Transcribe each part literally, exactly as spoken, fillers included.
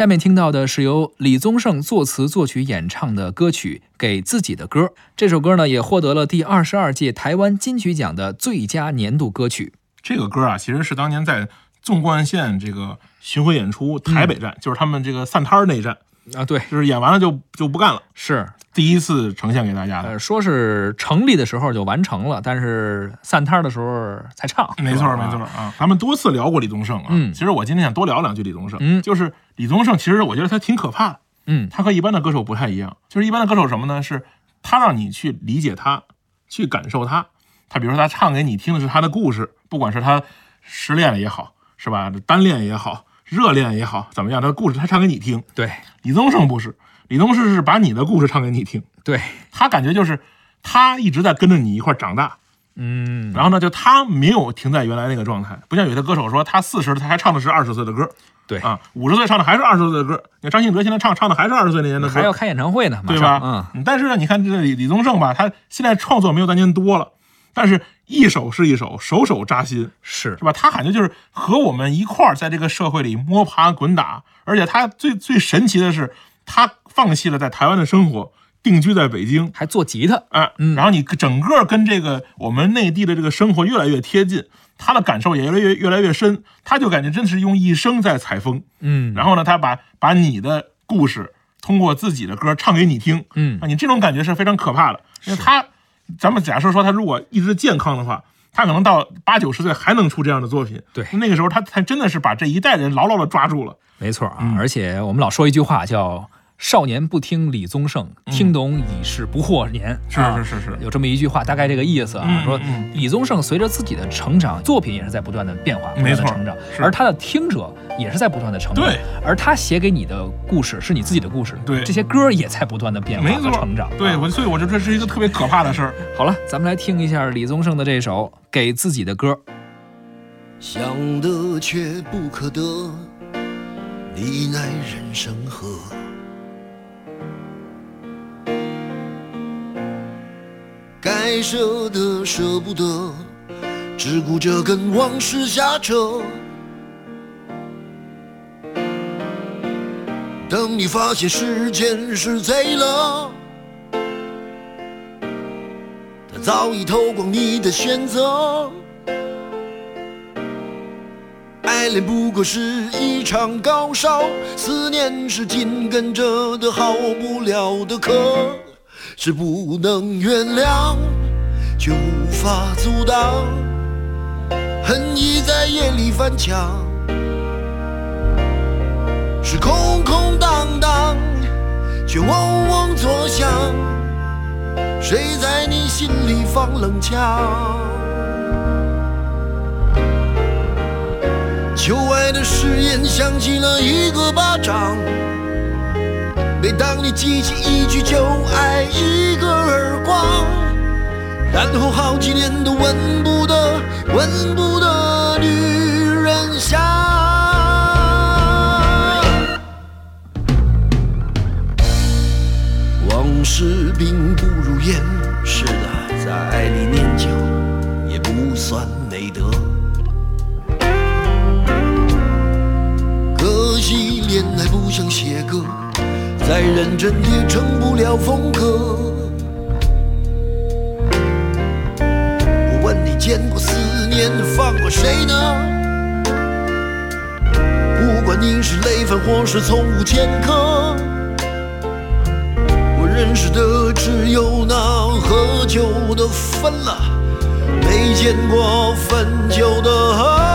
下面听到的是由李宗盛作词作曲演唱的歌曲《给自己的歌》。这首歌呢，也获得了第二十二届台湾金曲奖的最佳年度歌曲。 这个歌啊，其实是当年在纵贯线这个巡回演出台北站，嗯、就是他们这个散摊那一站啊，对， 就是演完了就就不干了， 是第一次呈现给大家的。 呃，说是成立的时候就完成了，但是散摊的时候才唱。 没错，没错啊。咱们多次聊过李宗盛啊， 嗯， 其实我今天想多聊两句李宗盛。 嗯， 就是李宗盛，其实我觉得他挺可怕的。 嗯， 他和一般的歌手不太一样，就是一般的歌手什么呢？是他让你去理解他，去感受他。他比如说他唱给你听的是他的故事，不管是他失恋了也好，是吧？单恋也好，热恋也好，怎么样？他的故事他唱给你听。 对， 李宗盛不是，李宗盛是把你的故事唱给你听。 对， 他感觉就是他一直在跟着你一块长大。 嗯， 然后呢，就他没有停在原来那个状态，不像有的歌手说他四十他还唱的是二十岁的歌。 对啊，五十岁唱的还是二十岁的歌。你看张信哲现在唱唱的还是二十岁那年的歌， 还要开演唱会呢， 对吧？ 嗯， 但是呢，你看这李李宗盛吧，他现在创作没有当年多了，但是一首是一首，首首扎心， 是是吧？他感觉就是和我们一块儿在这个社会里摸爬滚打，而且他最最神奇的是，他放弃了在台湾的生活，定居在北京， 还做吉他， 啊，嗯，然后你整个跟这个我们内地的这个生活越来越贴近，他的感受也越来越越来越深，他就感觉真是用一生在采风， 嗯， 然后呢，他把把你的故事通过自己的歌唱给你听， 嗯， 啊，你这种感觉是非常可怕的，因为他，咱们假设说他如果一直健康的话，他可能到八九十岁还能出这样的作品， 对， 那个时候他他真的是把这一代人牢牢的抓住了， 没错啊， 嗯、 而且我们老说一句话叫。少年不听李宗盛，听懂已是不惑年。 是是是是， 有这么一句话，大概这个意思啊。 嗯、 说李宗盛随着自己的成长，作品也是在不断的变化，不断的成长，而他的听者也是在不断的成长。 对， 而他写给你的故事是你自己的故事， 对， 这些歌也在不断的变化和成长。 对，我所以我觉得这是一个特别可怕的事儿。 好了，咱们来听一下李宗盛的这首《给自己的歌》。 想得却不可得，你奈人生何？该舍的舍不得，只顾着跟往事瞎扯。等你发现时间是贼了，他早已偷光你的选择。爱恋不过是一场高烧，思念是紧跟着的好不了的咳。是不能原谅，却无法阻挡，恨意在夜里翻墙。是空空荡荡，却嗡嗡作响。谁在你心里放冷枪？旧爱的誓言响起了一个巴掌。每当你记起一句就爱，一个耳光，然后好几年都闻不得闻不得女人香。往事并不如烟，是的，在爱里念旧也不算美德。可惜恋爱不像写歌，再认真也成不了风格。我问你，见过思念放过谁呢？不管你是累犯或是从无前科，我认识的只有那喝酒的分了，没见过分酒的喝。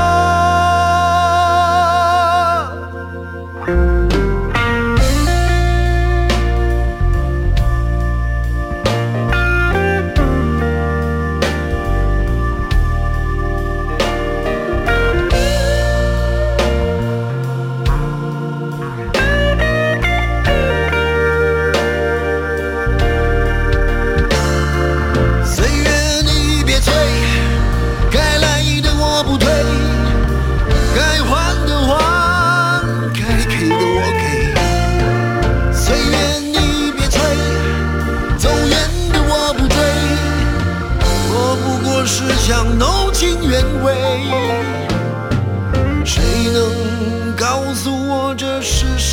该还的还，该给的我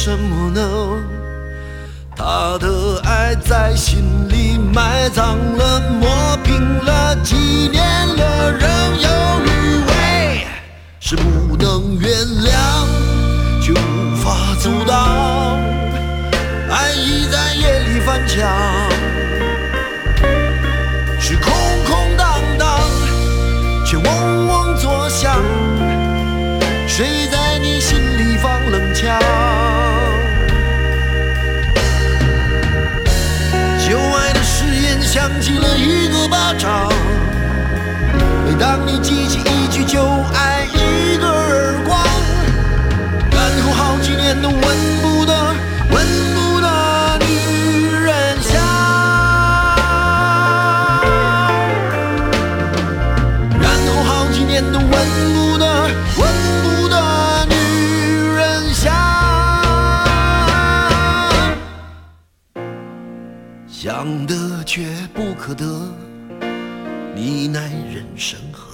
什么呢？他的爱在心里埋葬了，磨平了，几年了，仍有余味，是不能原谅，却无法阻挡。爱已在夜里翻墙，是空空荡荡，却嗡嗡作响。谁在你心里放冷枪？旧爱的誓言响起了一个巴掌，每当你记起一句就爱，一个耳光，然后好几年都闻不得闻不得女人香，然后好几年都闻不得闻不得女人香，想得却不可得，你奈人生何？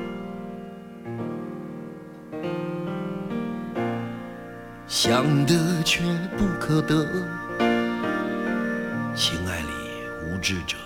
想得却不可得，情爱里无知者。